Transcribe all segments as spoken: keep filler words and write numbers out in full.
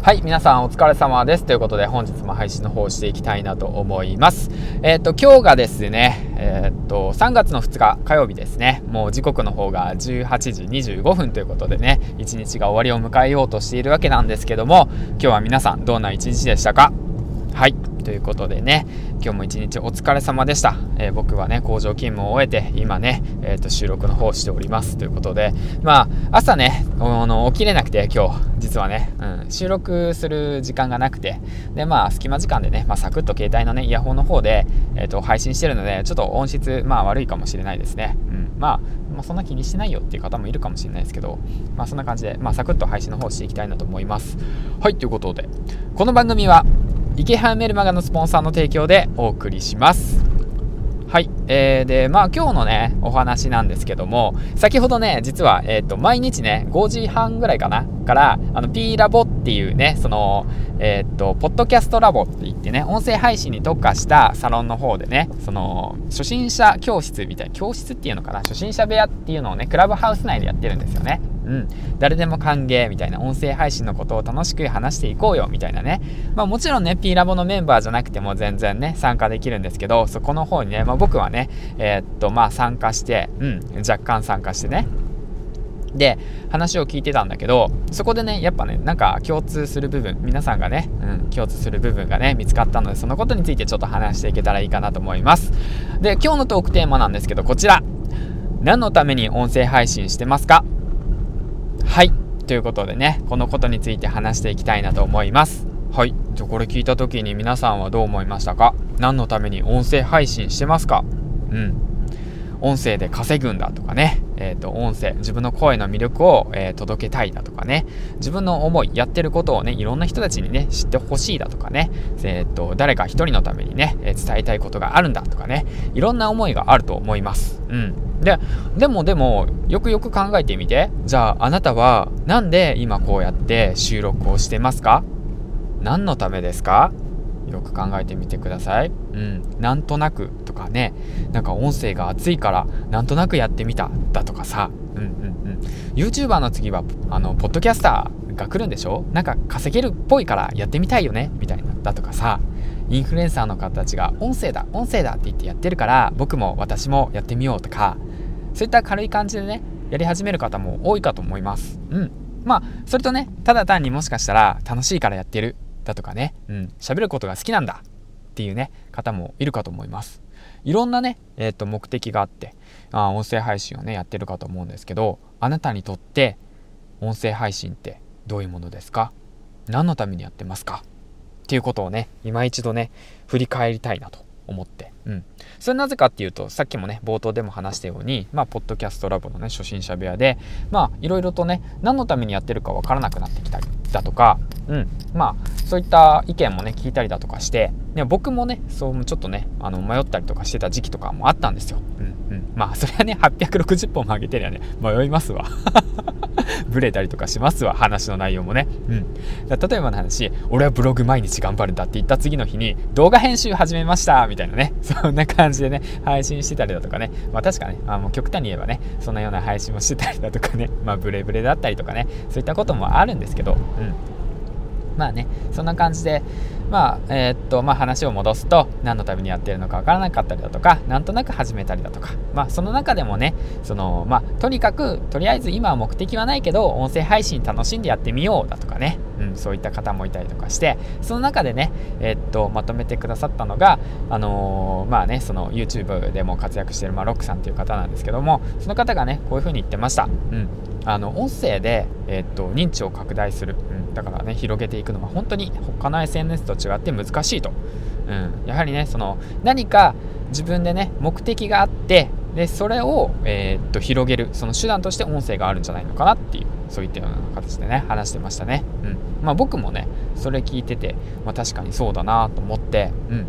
はい、皆さんお疲れ様です。ということで本日も配信の方をしていきたいなと思います。えっと今日がですね、えっとさんがつのふつか火曜日ですね。もう時刻の方がじゅうはちじにじゅうごふんということでね、一日が終わりを迎えようとしているわけなんですけども、今日は皆さんどんな一日でしたか？はい、ということでね、今日も一日お疲れ様でした。えー、僕はね工場勤務を終えて今ね、えー、と収録の方をしておりますということで、まあ朝ねあの起きれなくて今日実はね、うん、収録する時間がなくて、でまあ隙間時間でね、まあ、サクッと携帯のねイヤホンの方で、えー、と配信してるのでちょっと音質まあ悪いかもしれないですね。うん、まあまあ、そんな気にしてないよっていう方もいるかもしれないですけど、まあそんな感じで、まあ、サクッと配信の方していきたいなと思います。はい、ということでこの番組は池原メルマガのスポンサーの提供でお送りします。はい、えー、でまあ今日のねお話なんですけども、先ほどね実は、えー、と毎日ねごじはんぐらいかなからあの P ラボっていうねそのえっ、ー、とポッドキャストラボって言ってね音声配信に特化したサロンの方でね、その初心者教室みたいな教室っていうのかな、初心者部屋っていうのをねクラブハウス内でやってるんですよね。うん、誰でも歓迎みたいな、音声配信のことを楽しく話していこうよみたいなね。まあもちろんね P ラボのメンバーじゃなくても全然ね参加できるんですけど、そこの方にね、まあ、僕はねえー、っとまあ参加して、うん、若干参加してね、で話を聞いてたんだけど、そこでねやっぱねなんか共通する部分、皆さんがね、うん、共通する部分がね見つかったので、そのことについてちょっと話していけたらいいかなと思います。で今日のトークテーマなんですけど、こちら、何のために音声配信してますか？はい、ということでねこのことについて話していきたいなと思います。はい、じゃあこれ聞いた時に皆さんはどう思いましたか？何のために音声配信してますか？うん、音声で稼ぐんだとかね、えーと、音声、自分の声の魅力を、えー、届けたいだとかね、自分の思い、やってることをね、いろんな人たちにね、知ってほしいだとかね、えーと、誰か一人のためにね、えー、伝えたいことがあるんだとかね、いろんな思いがあると思います。うん。で、でもでも、よくよく考えてみて、じゃああなたはなんで今こうやって収録をしてますか？何のためですか？よく考えてみてください。うん、なんとなくとかね、なんか音声が熱いからなんとなくやってみただとかさ、うんうんうん、YouTuber の次はあのポッドキャスターが来るんでしょ？なんか稼げるっぽいからやってみたいよねみたいなだとかさ、インフルエンサーの方たちが音声だ音声だって言ってやってるから僕も私もやってみようとか、そういった軽い感じでねやり始める方も多いかと思います。うん、まあそれとね、ただ単にもしかしたら楽しいからやってるだとかね、うん、喋ることが好きなんだっていうね方もいるかと思います。いろんなね、えー、と目的があってあ音声配信をねやってるかと思うんですけど、あなたにとって音声配信ってどういうものですか？何のためにやってますか？っていうことをね今一度ね振り返りたいなと思って、うん、それなぜかっていうと、さっきもね冒頭でも話したように、まあポッドキャストラボのね初心者部屋でまあいろいろとね何のためにやってるかわからなくなってきたりだとか、うん、まあそういった意見もね聞いたりだとかして、ね、僕もねそうちょっとねあの迷ったりとかしてた時期とかもあったんですよ。うんうん、まあそれはねはっぴゃくろくじゅっぽんも上げてりゃね迷いますわブレたりとかしますわ、話の内容もね。うん、だ例えばの話、俺はブログ毎日頑張るんだって言った次の日に動画編集始めましたみたいなね、そんな感じでね配信してたりだとかね、まあ確かねあもう極端に言えばねそんなような配信もしてたりだとかね、まあブレブレだったりとかね、そういったこともあるんですけど、うん、まあねそんな感じでまあえー、っとまあ話を戻すと、何のためにやってるのか分からなかったりだとか、なんとなく始めたりだとか、まあその中でもねそのまあとにかくとりあえず今は目的はないけど音声配信楽しんでやってみようだとかね、うん、そういった方もいたりとかして、その中でねえー、っとまとめてくださったのがあのー、まあねその YouTube でも活躍している、まあ、ロックさんという方なんですけども、その方がねこういう風に言ってました。うん、あの音声で、えー、っと認知を拡大する、うん、だからね広げていくのは本当に他の エスエヌエス と違って難しいと、うん、やはりねその何か自分でね目的があって、でそれを、えー、っと広げるその手段として音声があるんじゃないのかなっていう、そういったような形でね話してましたね。うん、まあ僕もねそれ聞いてて、まあ、確かにそうだなと思って、うんうん、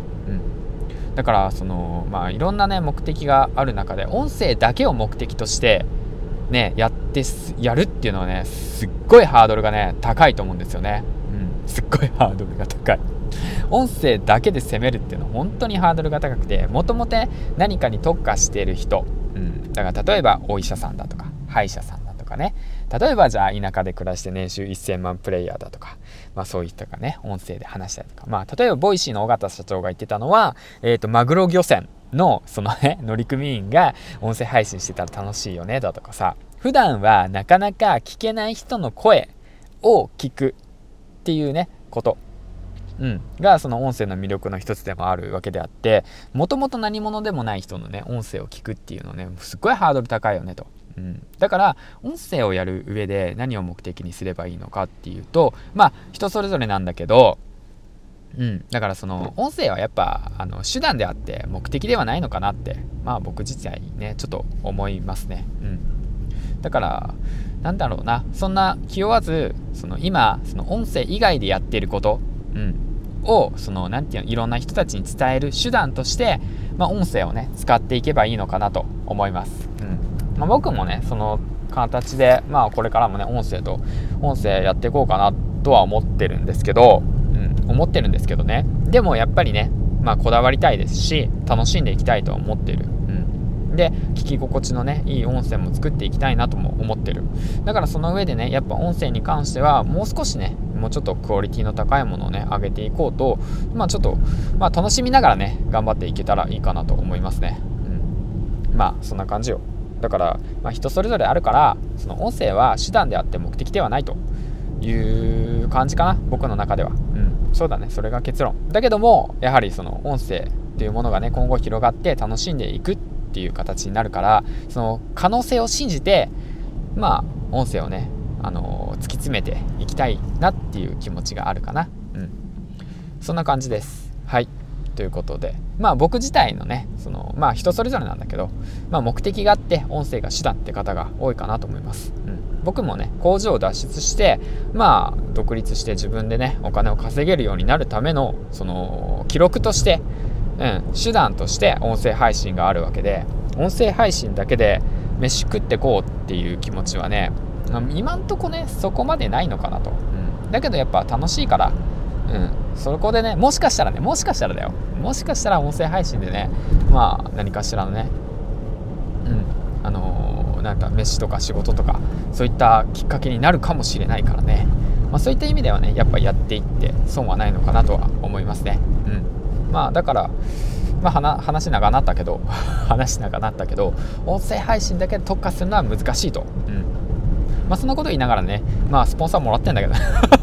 だからそのまあいろんなね目的がある中で音声だけを目的としてねやってやるっていうのはねすっごいハードルがね高いと思うんですよね。うん、すっごいハードルが高い。音声だけで攻めるっていうのは本当にハードルが高くて、もともと何かに特化している人、うん、だから例えばお医者さんだとか歯医者さんだとかね、 例えばじゃあ田舎で暮らして年収せんまんプレイヤーだとか、まあそういったかね音声で話したりとか、まあ例えばボイシーの尾形社長が言ってたのは、えーとマグロ漁船のそのね乗組員が音声配信してたら楽しいよねだとかさ、普段はなかなか聞けない人の声を聞くっていうねことうん、がその音声の魅力の一つでもあるわけであって、もともと何者でもない人のね音声を聞くっていうのねすっごいハードル高いよねと、うん、だから音声をやる上で何を目的にすればいいのかっていうと、まあ人それぞれなんだけど、うん、だからその音声はやっぱあの手段であって目的ではないのかなってまあ僕自体ねちょっと思いますね、うん、だからなんだろうな、そんな気負わずその今その音声以外でやっていること、うんをそのなんていうのいろんな人たちに伝える手段として、まあ、音声をね使っていけばいいのかなと思います、うんまあ、僕もねその形で、まあ、これからもね音声と音声やっていこうかなとは思ってるんですけど、うん、思ってるんですけどね、でもやっぱりね、まあ、こだわりたいですし楽しんでいきたいと思ってる、うん、で聞き心地のねいい音声も作っていきたいなとも思ってる。だからその上でねやっぱ音声に関してはもう少しねもうちょっとクオリティの高いものをね上げていこうと、まあちょっとまあ楽しみながらね頑張っていけたらいいかなと思いますね、うん、まあそんな感じよ。だから、まあ、人それぞれあるからその音声は手段であって目的ではないという感じかな僕の中では、うん、そうだねそれが結論だけども、やはりその音声っていうものがね今後広がって楽しんでいくっていう形になるから、その可能性を信じてまあ音声をねあの突き詰めていきたいなっていう気持ちがあるかな、うん、そんな感じです。はい、ということでまあ僕自体のねそのまあ人それぞれなんだけど、まあ、目的があって音声が手段って方が多いかなと思います、うん、僕もね工場を脱出してまあ独立して自分でねお金を稼げるようになるためのその記録として、うん、手段として音声配信があるわけで、音声配信だけで飯食ってこうっていう気持ちはね今んとこねそこまでないのかなと、うん、だけどやっぱ楽しいから、うん、そこでねもしかしたらねもしかしたらだよもしかしたら音声配信でねまあ何かしらのねうんあのー、なんか飯とか仕事とかそういったきっかけになるかもしれないからね、まあ、そういった意味ではねやっぱやっていって損はないのかなとは思いますね、うん、まあだからまあ、話長なったけど話長なったけど音声配信だけで特化するのは難しいと、うんまあ、そんなこと言いながらねまあスポンサーもらってんだけど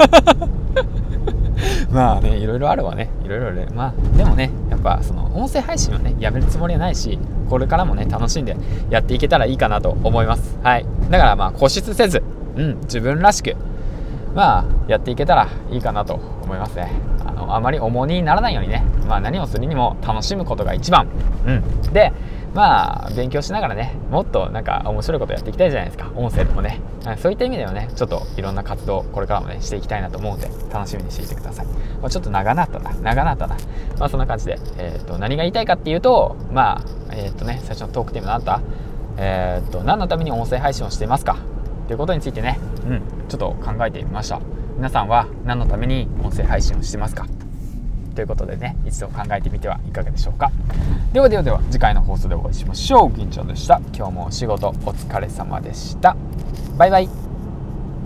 まあねいろいろあるわねいろいろねまあでもねやっぱその音声配信はねやめるつもりはないしこれからもね楽しんでやっていけたらいいかなと思います。はいだからまあ固執せず、うん、自分らしくまあやっていけたらいいかなと思いますね。あのあまり重荷にならないようにね、まあ、何をするにも楽しむことが一番、うん、でまあ勉強しながらねもっとなんか面白いことやっていきたいじゃないですか音声でもね。そういった意味ではねちょっといろんな活動これからもねしていきたいなと思うんで楽しみにしていてください。まあ、ちょっと長なったな長なったなまあそんな感じで、えー、と何が言いたいかっていうとまあえっ、ー、とね最初のトークテーマなんだえっ、ー、と何のために音声配信をしていますかということについてね、うん、ちょっと考えてみました。皆さんは何のために音声配信をしてますかということでね一度考えてみてはいかがでしょうか。ではではでは次回の放送でお会いしましょう。銀ちゃんでした。今日もお仕事お疲れ様でした。バイバイ。